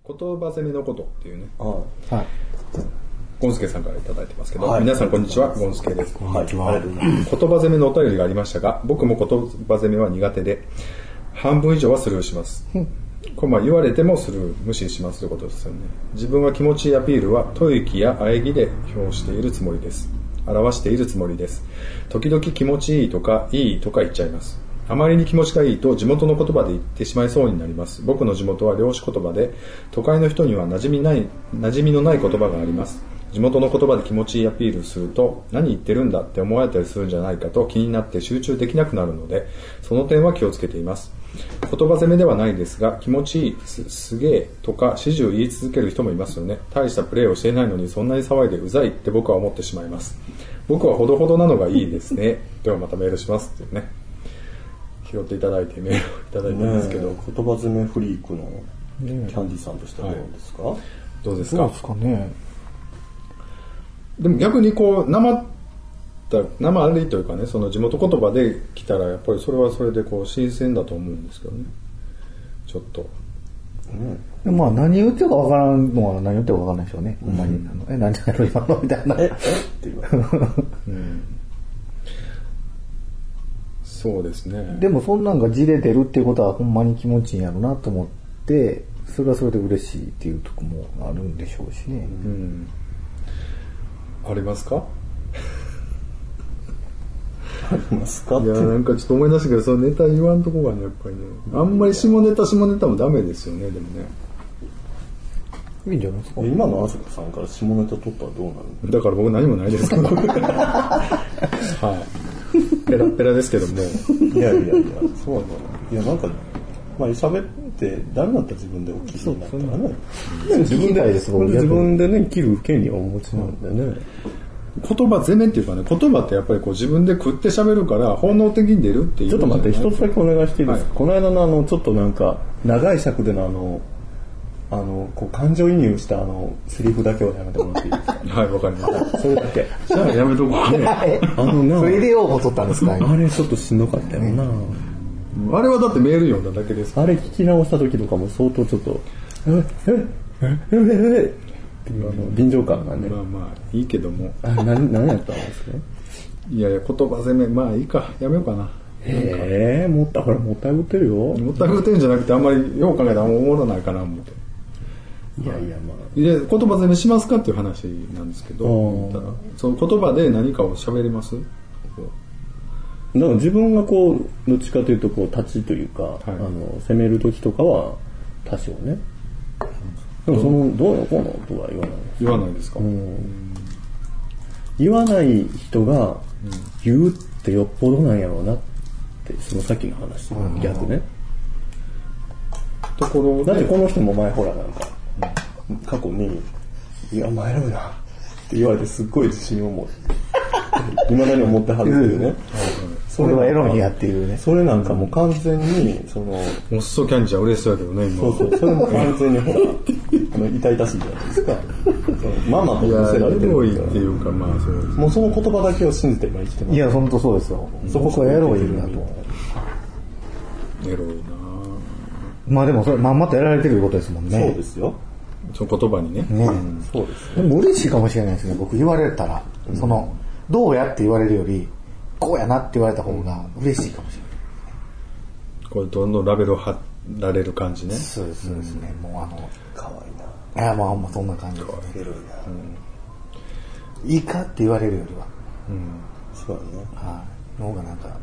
言葉攻めのことっていうね、 はい。 ゴンスケさんからいただいてますけど、はい、皆さんこんにちは、ゴンスケです。 こんにちは。言葉攻めのお便りがありましたが、僕も言葉攻めは苦手で、半分以上はスルーします。これ言われてもスルー、無視しますということですよね。自分は気持ちいいアピールは吐息や喘ぎで表しているつもりです。表しているつもりです。時々気持ちいいとかいいとか言っちゃいます。あまりに気持ちがいいと地元の言葉で言ってしまいそうになります。僕の地元は漁師言葉で、都会の人には馴染みのない言葉があります。地元の言葉で気持ちいいアピールすると、何言ってるんだって思われたりするんじゃないかと気になって集中できなくなるので、その点は気をつけています。言葉攻めではないですが、気持ちいい、すげえとか始終言い続ける人もいますよね。大したプレーをしていないのにそんなに騒いでうざいって僕は思ってしまいます。僕はほどほどなのがいいですね。ではまたメールしますっていうね。拾っていただいてメールをいただいてますけど、 言葉攻めフリークのキャンディさんとしてはどうですか、はい、 どうですか。 どうですかね。 でも逆にこう生ありというかね、その地元言葉で来たらやっぱりそれはそれでこう新鮮だと思うんですけどね。ちょっと。 まあ何言ってるかわからんのは何言ってるかわからないでしょうね。ほんまに何じゃないの今のみたいな。 って言われる。 そうですね。 でもそんなんが字で出るっていうことはほんまに気持ちいいんやろなと思って、それはそれで嬉しいっていうとこもあるんでしょうしね。 ありますか？ ありますか？ いやなんかちょっと思い出したけど、そのネタ言わんとこがねやっぱりね、あんまり下ネタもダメですよね。でもね。 いいんじゃないですか。 今のあさこさんから下ネタ取ったらどうなる？ だから僕何もないですけど。はい。ペラペラですけども。 いや、そうだな。いやなんかまあ喋ってダメだったら自分でお聞きになったらね。自分でね切る権利をお持ちなんでね。 言葉攻めっていうかね、言葉ってやっぱりこう自分で食って喋るから本能的に出るっていう。 ちょっと待って、一つだけお願いしていいですか？はい、この間のちょっとなんか長い尺でのこう感情移入したセリフだけをやめてもらっていいですか？ はい、わかりました。 それだけ。 じゃあやめとこうね。 それでようも取ったんですか？ あれちょっとしんどかったよな。 あれはだってメール読んだだけです。 あれ聞き直した時とかも相当ちょっとっていう臨場感がね。 まあまあいいけども。 何やったんですか？ いや言葉攻め、まあいいか、やめようかな。 もったいぶってるよ。 もったいぶってるんじゃなくて、あんまりよう考えたらおもろないかな思って。 いやまあ。 言葉攻めしますかっていう話なんですけど、その言葉で何かを喋ります？ だから自分がこうどっちかというとこう立ちというか、はい、攻める時とかは多少ね。でもどうのこうのとは言わないですか？ 言わない人が言うってよっぽどなんやろうなってそのさっきの話、逆ね。 ところだってこの人も前ほらなんか、過去にいや前のなって言われてすっごい自信を持って未だに思ってはるっていうね。 それはエロいやっていうね。 それなんかもう完全にモスソキャンディーは嬉しそうやけどね今。 そうそれも完全にほら痛々しいじゃないですか。ママと見せられてる。 エロいっていうかまあそうです。 もうその言葉だけを信じて今生きてます。 いや本当そうですよ。そこがエロいなと。 エロいな。 まあでもそれまんまとやられてることですもんね。 そうですよ。 その言葉にね。 そうです。 でも嬉しいかもしれないですね。僕言われたら、どうやって言われるよりこうやなって言われた方が嬉しいかもしれない。 これどんどんラベルを貼られる感じね。 そうですね。もう可愛いな。 いやまあそんな感じですね。 エロいな。 いいかって言われるよりは。 そうだね。 はい。の方がなんか。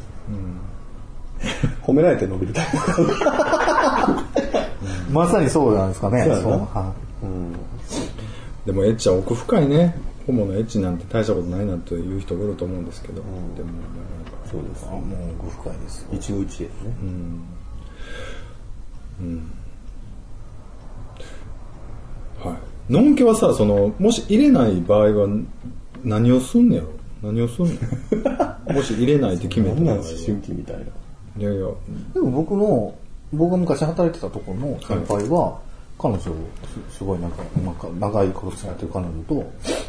褒められて伸びるタイプ。 まさにそうなんですかね。 でもエッチは奥深いね。ホモのエッチなんて大したことないなんて言う人がいると思うんですけど、でもそうです。 もう奥深いです。 一期一会ですね。 はい。のんけはさ、もし入れない場合は何をすんのやろ？もし入れないって決めたら。 思春期みたいな。 いやいや。 でも僕が昔働いてたところの先輩は、彼女すごいなんか長いこと付き合ってる彼女と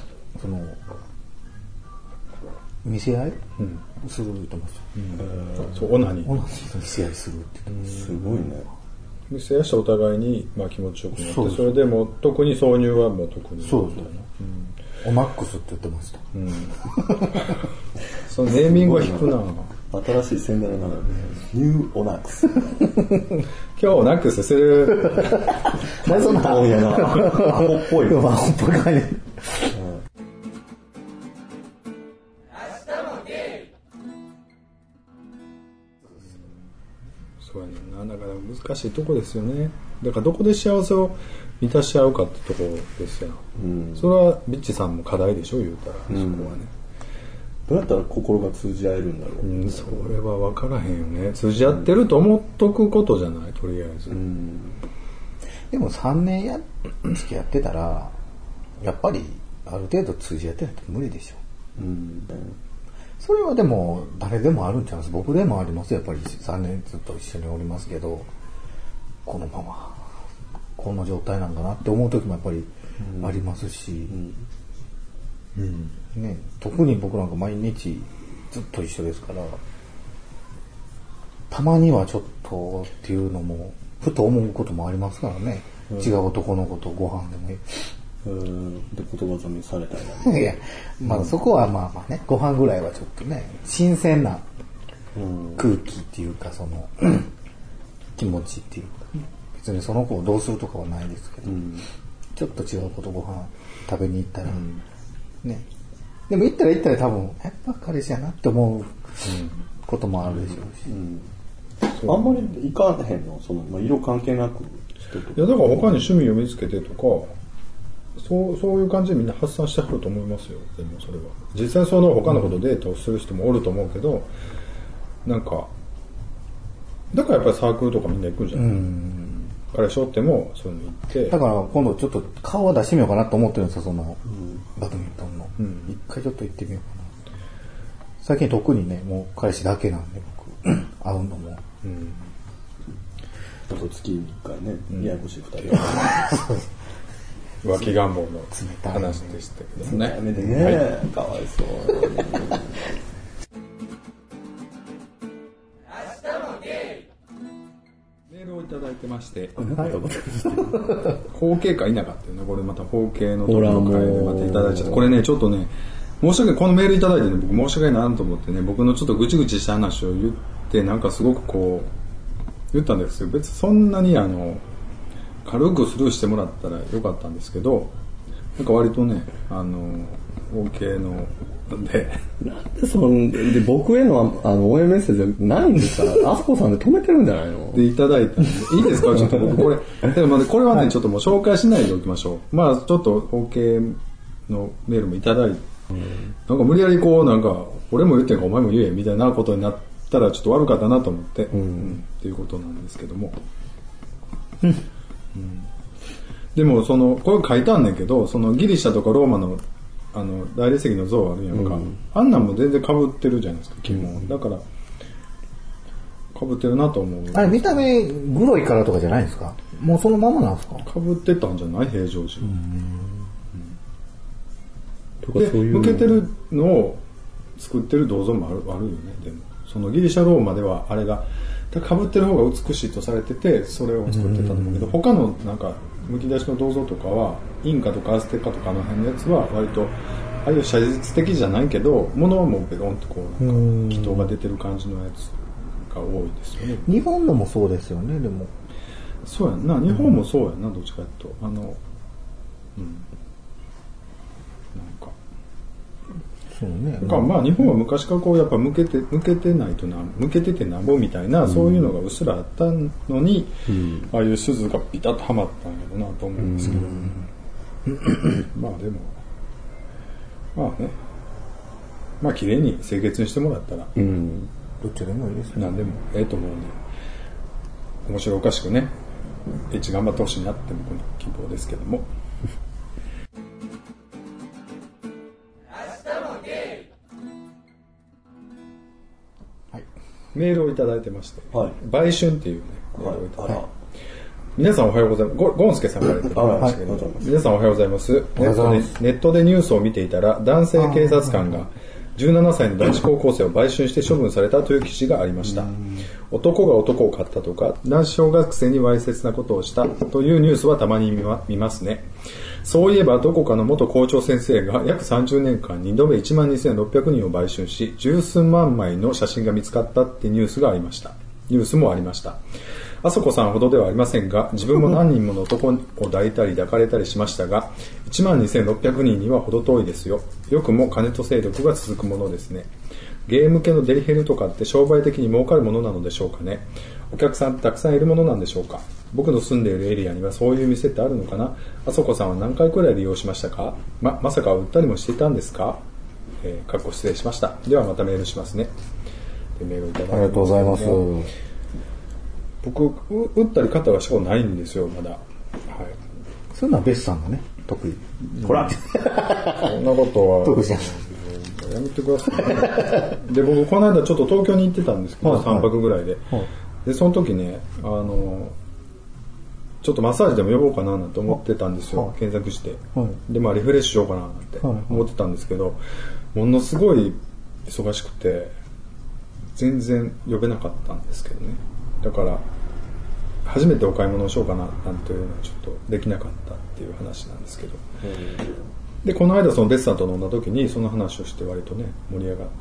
見せ合い、する言ってました。 そうオナニー見せ合いするって言ってました。 すごいね。 見せやしてお互いに、まあ、気持ちよくなって、それでも特に挿入はもう特にそうそう、オナックスって言ってました、 そのネーミングは引くな。 新しい宣伝なので、ニューオナックス。 今日オナックスする。 何そんなアホっぽい。 アホっぽい感じ。 そうやねんな。だから難しいとこですよね。だからどこで幸せを満たし合うかってとこですよ。それはビッチさんも課題でしょ、言うたら、そこはね。 どうやったら心が通じ合えるんだろう、 それは分からへんよね。通じ合ってると思っとくことじゃない、とりあえず。 でも3年付き合ってたらやっぱりある程度通じ合ってないと無理でしょ。それはでも誰でもあるんちゃうんです。僕でもあります。やっぱり3年ずっと一緒におりますけど、このままこんな状態なんかなって思う時もやっぱりありますし、ね、特に僕なんか毎日ずっと一緒ですから、たまにはちょっとっていうのもふと思うこともありますからね、違う男の子とご飯でもいい。 で言葉染めされたりいや、まあそこはまあまあね、ご飯ぐらいはちょっとね、新鮮な空気っていうか、その気持ちっていうか、別にその子をどうするとかはないですけど、ちょっと違う子とご飯食べに行ったら、ね、でも行ったら多分やっぱ彼氏やなって思うこともあるでしょうし、 あんまり行かへんの、その、まあ、色関係なく人とか。 いやだから他に趣味を見つけてとか、そういう感じでみんな発散してはると思いますよ。でもそれは実際その他のことデートをする人もおると思うけど、なんかだからやっぱりサークルとかみんな行くんじゃない。彼氏おってもそういうの行って、 だから今度ちょっと顔は出してみようかなと思ってるんですよ、そのバドミントンの、一回ちょっと行ってみようかな。最近特にね、もう彼氏だけなんで僕会うのも、 あと月に1回ね、ややこしい2人浮気願望の話でしたけどね。 やめてね、かわいそう。 メールをいただいてまして、包茎か否かっていうね、これまた包茎のところの回でまたいただいちゃって、これねちょっとね申し訳ない、このメールいただいてね、僕申し訳ないなと思ってね、僕のちょっとぐちぐちした話を言って、なんかすごくこう言ったんですよ。別にそんなに軽くスルーしてもらったらよかったんですけど、なんか割とね包茎のでなんでそんで僕への応援メッセージないんですからあすこさんで止めてるんじゃないのでいただいたんでいいですかちょっと僕これでもこれはねちょっともう紹介しないでおきましょう。まあちょっと包茎のメールもいただいて、なんか無理やりこうなんか俺も言ってんかお前も言えみたいなことになったらちょっと悪かったなと思って、っていうことなんですけども、でもこれ書いたんねんけど、そのギリシャとかローマの大理石の像あるやんか、あんなんも全然被ってるじゃないですか、基本。だから被ってるなと思う。 あれ見た目グロいからとかじゃないんですか？もうそのままなんですか？ 被ってたんじゃない？平常時でそういう向けてるのを作ってる銅像もあるよね。でもそのギリシャローマではあれが被ってる方が美しいとされてて、それを作ってたと思うけど、他のなんかむき出しの銅像とかはインカとかアステカとかの辺のやつは割とああいう写実的じゃないけど、物はもうベロンとこうなんか気筒が出てる感じのやつが多いですよね。 日本のもそうですよね。でもそうやんな、日本もそうやんな、どっちかというとなんかそうね。 だからまあ日本は昔からこうやっぱ向けてないと向けててなんぼみたいな、そういうのがうっすらあったのに、ああいう鈴がピタッとはまったんやろうなと思うんですけど、まあでもまあね、まあ綺麗に清潔にしてもらったら、 どっちでもいいですね。 何でもええと思うんで、面白おかしくねエッチ頑張ってほしいなって僕の希望ですけども。メールをいただいてまして、売春っていうね、メールをいただいて、皆さんおはようございます。ゴンスケさんからいただきましたけど、皆さんおはようございます。ネットでニュースを見ていたら、男性警察官が 17歳の男子高校生を売春して処分されたという記事がありました。男が男を買ったとか、男子小学生にわいせつなことをしたというニュースはたまに見ますね。そういえばどこかの元校長先生が約30年間に延べ 12,600 人を売春し、十数万枚の写真が見つかったってニュースもありました。あそこさんほどではありませんが、自分も何人もの男を抱いたり抱かれたりしましたが、12,600 人には程遠いですよ。よくも金と勢力が続くものですね。ゲーム系のデリヘルとかって商売的に儲かるものなのでしょうかね。お客さんってたくさんいるものなんでしょうか。僕の住んでいるエリアにはそういう店ってあるのかな。あそこさんは何回くらい利用しましたか。まさか売ったりもしていたんですか。かっこ失礼しました。ではまたメールしますね。でメールいただきありがとうございます。 僕売ったり買ったりはしたことないんですよまだ。はい。 そういうのはベスさんがね得意。 ほらそんなことは得意じゃん。 やめてください、ね。で僕この間ちょっと東京に行ってたんですけど、はい、3泊ぐらいで、はい、でその時ねちょっとマッサージでも呼ぼうかななんて思ってたんですよ、はい、検索して、はい、でリフレッシュしようかななんて思ってたんですけど、ものすごい忙しくて全然呼べなかったんですけどね。だから初めてお買い物をしようかななんていうのはちょっとできなかったっていう話なんですけど、でこの間そのベスさんと飲んだ時にその話をして割とね盛り上がって、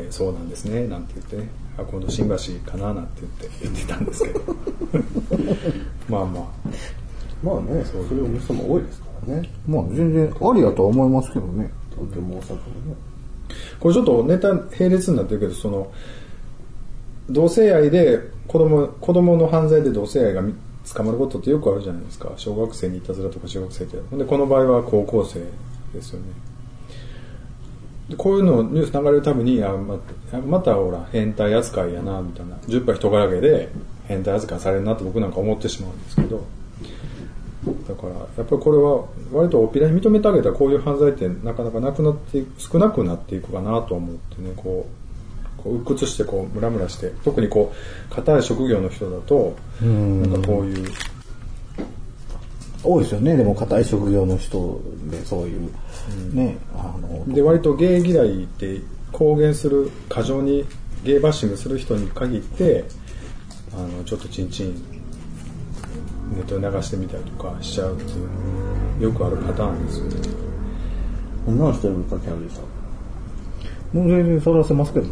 そうなんですねなんて言ってね、今度新橋かななんて言ってたんですけどまあね、そういう人も多いですからね。 まあ全然ありだとは思いますけどね。 東京も大阪もね。 これちょっとネタ並列になってるけど、その同性愛で子供の犯罪で同性愛が捕まることってよくあるじゃないですか。小学生にいたずらとか中学生って。でこの場合は高校生ですよね。でこういうのニュース流れるたびにまたほら変態扱いやなみたいな、10羽人柄げで変態扱いされるなって僕なんか思ってしまうんですけど、だからやっぱりこれは割とおっぴらに認めてあげたらこういう犯罪ってなかなか少なくなっていくかなと思ってね、こう鬱屈してムラムラして、特に固い職業の人だとなんかこういう多いですよね。でも固い職業の人でそういう、ね、 で割とゲイ嫌いって公言する過剰にゲイバッシングする人に限ってちょっとチンチンネットで流してみたりとかしちゃうっていうよくあるパターンですよね。 何してるんですかキャンディーさん。 もう全然探せますけどね。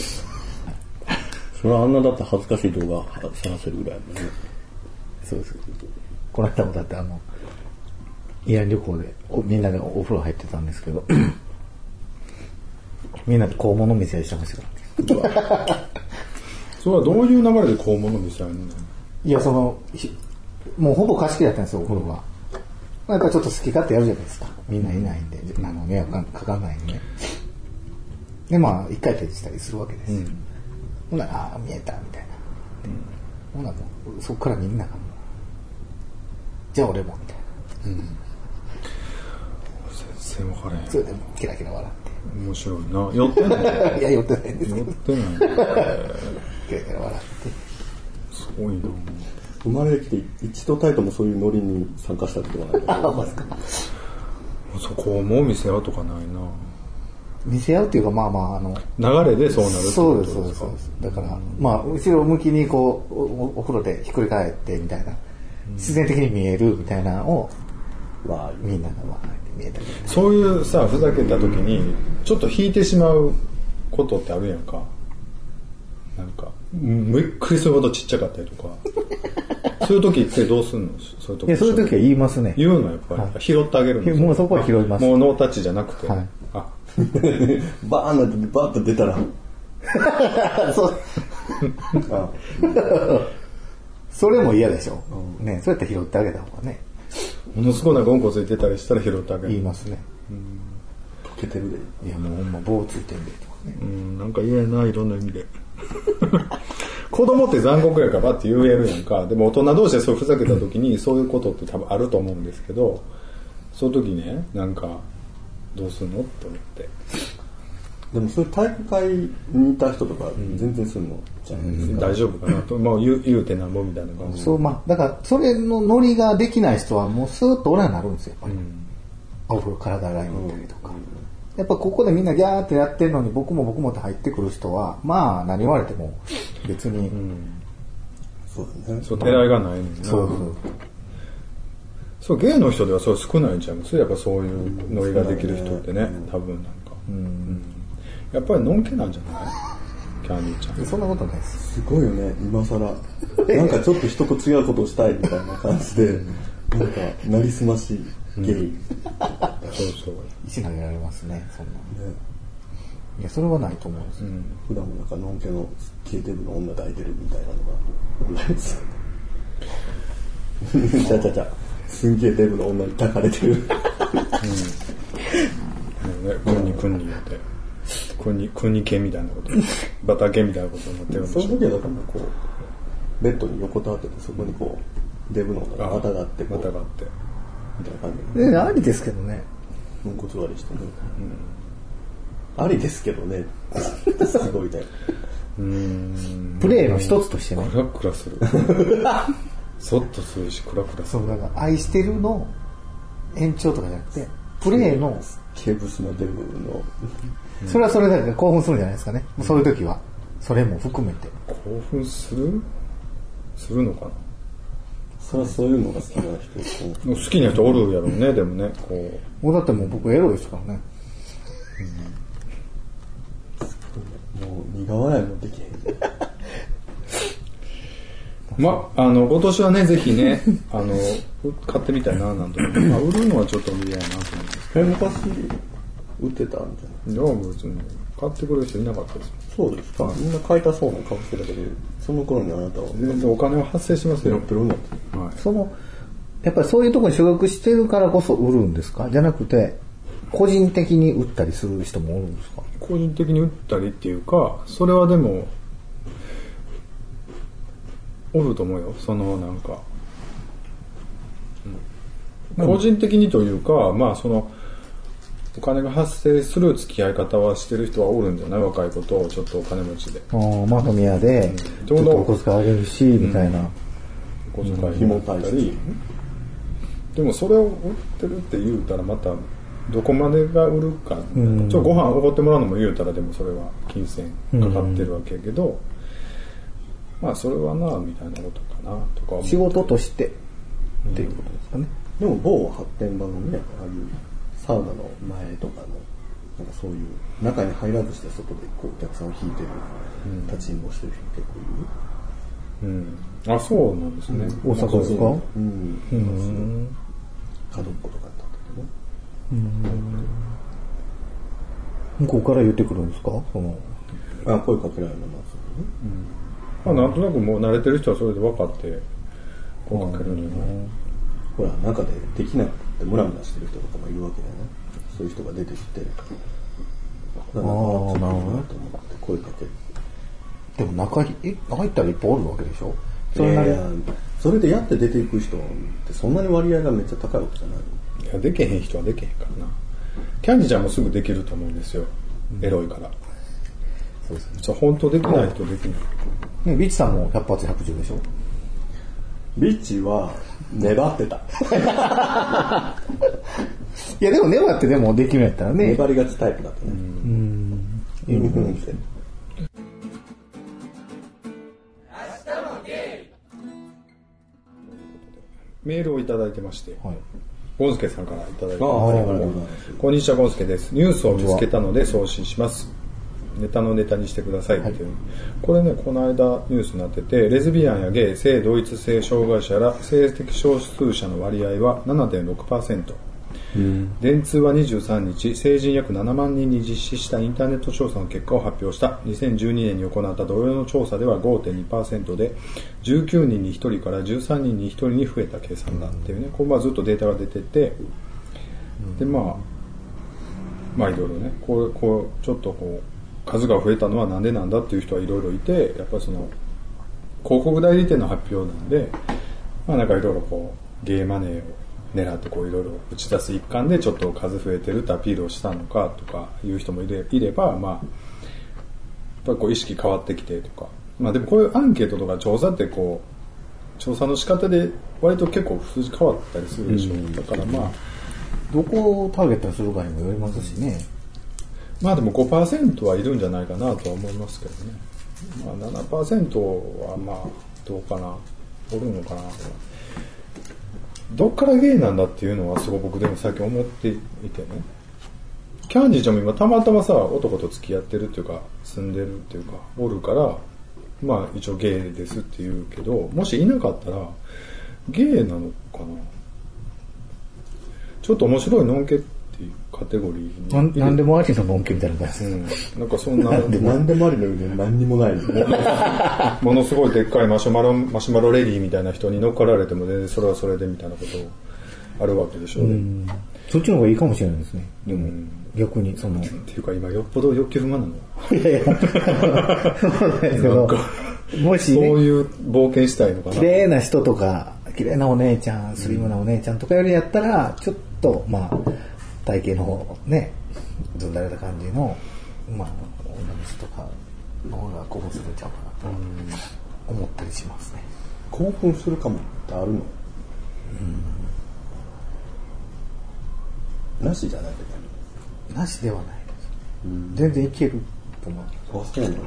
それはあんなだって恥ずかしい動画探せるぐらいだね。 そうです。この間もだって慰安旅行でみんなでお風呂入ってたんですけどみんなで肛門の店合いしてましたからね。 それはどういう流れで肛門の店合いになるの？ いやもうほぼ貸し切りだったんですよお風呂は。やっぱりちょっと好き勝手やるじゃないですか。みんないないんで迷惑かかんないんでね。で一回ページしたりするわけです。ほな見えたみたいな。ほなもうそこからみんながじゃあ俺もみたいな。 全然分からへん。 それでキラキラ笑って面白いな。寄ってないいや寄ってないんですけど寄ってないキラキラ笑ってすごいな。 生まれてきて一度たりともそういうノリに参加したことがない。 ますか。 そこも見せ合うとかないな。 見せ合うっていうか流れでそうなるってことですか。 そうです。だから後ろ向きにお風呂でひっくり返ってみたいな、自然的に見えるみたいなのをみんなが見えたり、ね、 そういうさふざけた時にちょっと引いてしまうことってあるやんか。なんかむっくりするほどちっちゃかったりとかそういう時ってどうすんの？そういう時は言いますね。 言うのやっぱり、はい、拾ってあげるんですよ。 もうそこは拾います。 もうノータッチじゃなくて、はい、 バーッと出たらそうそれも嫌でしょ、ね。そうやって拾ってあげた方がね。 ものすごいうんこついてたりしたら拾ってあげる。 言いますね。 溶けてるで。 いやもうほんま棒ついてんでとかね。 なんか嫌やな、いろんな意味で。子供って残酷やからばって言えるやんか。でも大人同士でそうふざけた時にそういうことって多分あると思うんですけど、その時ね、なんかどうすんのって思って。 でもそういう体育会にいた人とか全然するのじゃないですか。 大丈夫かなと、言うてなんぼみたいな感じ。 そうだからそれのノリができない人はもうスーッとオラになるんですよやっぱり。お風呂体洗いに行ったりとか。 やっぱここでみんなギャーってやってるのに僕もって入ってくる人はまあ何言われても別に、 そうだね。 そう、てらいがないのにな。そう、ゲイの人ではそう少ないんちゃう。それやっぱそういうノリができる人ってね、多分なんか。やっぱりのんけなんじゃないキャンディーちゃん。 そんなことないです。 すごいよね、今更。なんかちょっと人と違うことをしたいみたいな感じで、なんか、なりすましゲイ。 そうそう。 石投げられますね、そんな。いや、それはないと思うんですよ。 普段もなんか、のんけの消えてるの女抱いてるみたいなのが、ないですよ。ちゃ。すんげえデブの女に抱かれてる。 くんに言って。くんに系みたいなこと。バター系みたいなことになってるんでしょ。 その時はだからこう、ベッドに横たわってて、そこにこう、デブの女がまたがって、 またがって。 みたいな感じで。ありですけどね。 うんこつ割りしてね。ありですけどね。すごいね。 プレーの一つとしてね。 クラクラする。そっとするし、クラクラする。 そう、だから愛してるの延長とかじゃなくて、プレーの。 軽薄なデブの。 それはそれだけ興奮するんじゃないですかね。そういう時は。それも含めて。 興奮するのかな。 それはそういうのが好きな人。 好きな人おるやろうね、でもね。 もうだってもう僕エロですからね。 もう苦笑いもできへん。 今年はね、ぜひね、買ってみたいな、なんて。売るのはちょっと無理やなと思って。 昔、売ってたんじゃない？ いや、別に、買ってくれる人いなかったです。 そうですか。みんな買いたそうな顔してたけど、その頃にあなたは。 全然お金は発生しますよ。 ペロになってる。 はい。 やっぱりそういうところに所属してるからこそ売るんですか？じゃなくて、個人的に売ったりする人もおるんですか？ 個人的に売ったりっていうか、それはでも、おると思うよ。なんか、個人的にというか、お金が発生する付き合い方はしてる人はおるんじゃない？若い子とちょっとお金持ちで。 まとめ屋で、ちょっとお小遣いあげるし、みたいな。 お小遣い紐たり。でもそれを売ってるって言うたらまた、どこまでが売るか。ご飯おごってもらうのも言うたらでもそれは金銭かかってるわけやけど、それはな、みたいなことかな、とか思う。 仕事としてっていうことですかね。 でも某発展場のね、ああいうサウナの前とかの、なんかそういう、中に入らずして外でこうお客さんを引いてる、立ちんぼしてる人結構いる。 あ、そうなんですね。 大阪ですか？ 角っことかに立っててね。 向こうから言ってくるんですか？ 声かけられるのはなんとなくもう慣れてる人はそれで分かって声かけるんじゃない？ ほら、中でできなくてムラムラしてる人とかもいるわけだよね。そういう人が出てきて、なるほどなと思って声かける。 でも中に入ったらいっぱいおるわけでしょ？ それでやって出ていく人ってそんなに割合がめっちゃ高いわけじゃないの？ いや、できへん人はできへんからな。キャンディちゃんもすぐできると思うんですよ。エロいから。そうですね。本当できない人できない。 ね、ビッチさんも100発110でしょ？ ビッチは粘ってた。 いやでも粘ってでもできるんやったらね。 粘りがちタイプだったね。 メールをいただいてまして、ゴンスケさんからいただいてます。 こんにちは、ゴンスケです。ニュースを見つけたので送信します。ネタのネタにしてくださいっていう、これね、この間ニュースになってて、レズビアンやゲイ、性同一性障害者ら性的少数者の割合は 7.6%、電通は23日、成人約7万人に実施したインターネット調査の結果を発表した。2012年に行った同様の調査では 5.2% で、19人に1人から13人に1人に増えた計算だっていうね、これずっとデータが出てて、で、いろいろね、ちょっと数が増えたのはなんでなんだっていう人はいろいろいて、やっぱり広告代理店の発表なんで、なんかいろいろゲーマネーを狙っていろいろ打ち出す一環でちょっと数増えてるってアピールをしたのかとかいう人もいれば、やっぱり意識変わってきてとか、でもこういうアンケートとか調査って調査の仕方で割と結構数字変わったりするでしょう。だからどこをターゲットにするかにもよりますしね。 まあでも 5% はいるんじゃないかなとは思いますけどね。まあ 7% はまあどうかな、おるのかな。どっからゲイなんだっていうのはすごい僕でも最近思っていてね。キャンディーちゃんも今たまたまさ男と付き合ってるっていうか住んでるっていうかおるからまあ一応ゲイですって言うけど、もしいなかったらゲイなのかな。ちょっと面白いノンケっていうカテゴリーになんでもありのノンケみたいな感じです、 なんかそんななんでもありのよね、何にもないものすごいでっかいマシュマロレディーみたいな人に乗っかられても全然それはそれでみたいなことあるわけでしょうね。 そっちの方がいいかもしれないですね。でも、逆にその。 っていうか今よっぽど欲求不満なの。 いやいや、そうなんですけど、もし、ね、 そういう冒険したいのかな。 綺麗な人とか、綺麗なお姉ちゃん、スリムなお姉ちゃんとかよりやったら、ちょっと、まあ、体型の方、ね、ずんだれた感じの、まあ、女の人とかの方が興奮するんちゃうかなと思ったりしますね。 興奮するかもってあるの？なしじゃないといなしではないです。全然いけると思う。 そうなの？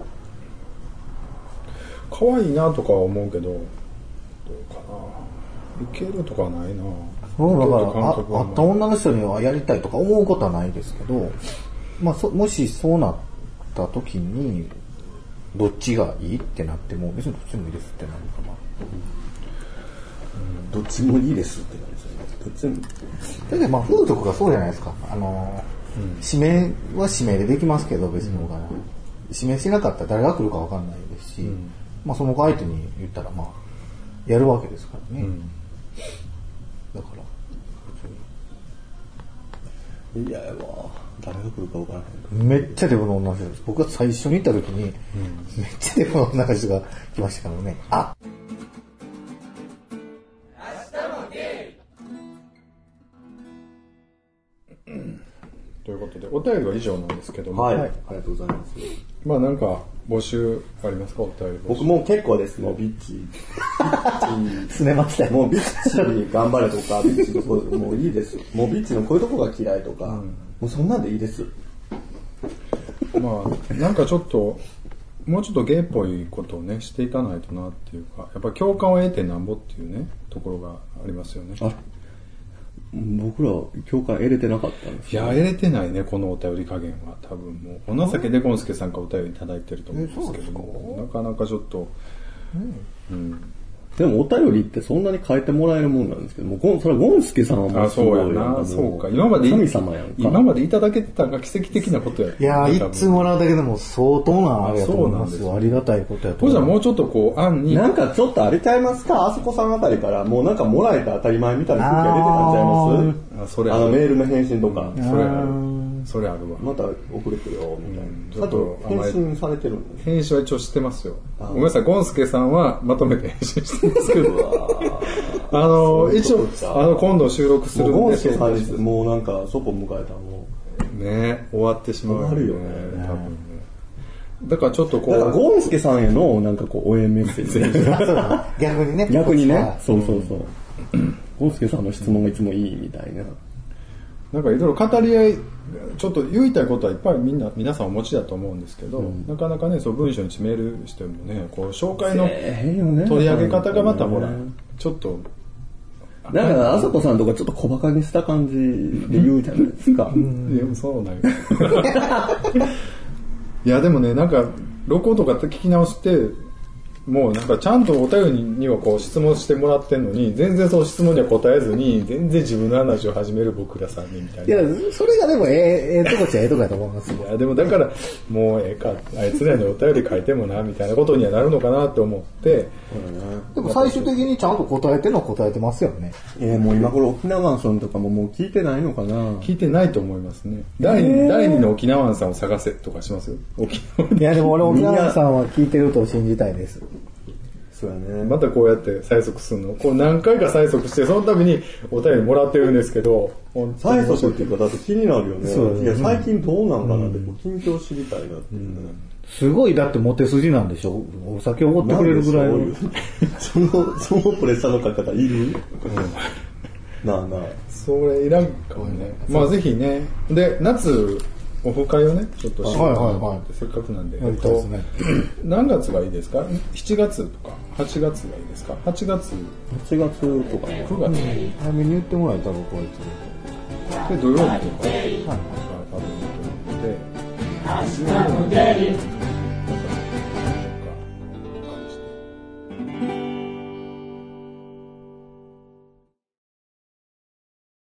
可愛いなとかは思うけど、どうかな。いけるとかはないな。 そうだから会った女の人にはやりたいとか思うことはないですけど、まあもしそうなった時にどっちがいいってなっても別にどっちもいいですってなるかな。 どっちもいいですってなるんですよね。どっちも。 だけどまあ風俗がそうじゃないですか。指名は指名でできますけど別に指名しなかったら誰が来るか分かんないですし、まあその子相手に言ったらまあやるわけですからね。だからいやわ、誰が来るか分からない。 めっちゃデブの女の人です。僕が最初に行った時に、めっちゃデブの女の人が来ましたからね。あ、 ということでお便りは以上なんですけども、 はい、ありがとうございます。 まあなんか募集ありますか、お便り。 僕もう結構です。もうビッチすねましたよ。 もうビッチ頑張れとか、ビッチのこうもういいです。もうビッチのこういうとこが嫌いとか、もうそんなんでいいです。 まあなんかちょっともうちょっとゲイっぽいことをねしていかないとなっていうか、やっぱ共感を得てなんぼっていうねところがありますよね。 僕ら共感得れてなかったんです、 いや得れてないね、このお便り加減は。多分もうお情けでゴンスケさんからお便りいただいてると思うんですけども、なかなかちょっと、 でもお便りってそんなに変えてもらえるもんなんですけども、それはゴンスケさんはもうすごい。 そうやな、そうか。今まで神様やんか。 今までいただけてたのが奇跡的なことや。 いやー、いつもらうだけでも相当なあれやと思いますよ。ありがたいことやと思います。 じゃあもうちょっとこう案になんかちょっとあれちゃいますか、あそこさんあたりからもうなんかもらえた当たり前みたいな空気が出てなっちゃいます？ それメールの返信とか。 それあるわ。 また送れてよみたいな。あと返信されてるんです。 返信は一応してますよ。ごめんなさい、ゴンスケさんはまとめて返信してますけど。一応今度収録するんで。 ゴンスケさんにもうなんかそこ迎えたらもうね、終わってしまう。 終わるよね。 多分ね。だからちょっとこう。 だからゴンスケさんへのなんかこう応援メッセージ。 逆にね。 逆にね。そうそうそう。ゴンスケさんの質問がいつもいいみたいな。 なんかいろいろ語り合い、ちょっと言いたいことはいっぱい皆さんお持ちだと思うんですけど、なかなかね、そう文章にメールしてもね、こう紹介の取り上げ方がまたほら、ちょっだからあさこさんとかちょっと小馬鹿にした感じで言うじゃないですか。 でもそうなんよ。いやでもね、なんか録音とか聞き直して、もうなんかちゃんとお便りにはこう質問してもらってんのに、全然その質問には答えずに、全然自分の話を始める僕ら3人みたいな。 いや、それがでもええとこっちゃええとこやと思いますよ。 いや、でもだから、もうええか、あいつらにお便り書いてもな、みたいなことにはなるのかなって思って、 でも最終的にちゃんと答えてますよね。 もう今頃沖縄さんとかももう聞いてないのかな。 聞いてないと思いますね。第2の沖縄さんを探せとかしますよ。沖縄いやでも俺沖縄さんは聞いてると信じたいです。 そうやね。 またこうやって催促するの。こう何回か催促して、その度にお便りもらってるんですけど。 催促っていうかだって気になるよね。いや最近どうなんかなって近況知りたいなっていうね。 すごいだってモテ筋なんでしょ。お酒おごってくれるぐらいの。 そのプレッシャーのかけ方いる？なあなあ。 それいらんかもね。まあぜひね。で、夏オフ会をねちょっとしようかなと思ってせっかくなんで、何月がいいですか？7月とか8月がいいですか？8月とかね 9月早めに言ってもらえたらこいつで土曜日とかあると思って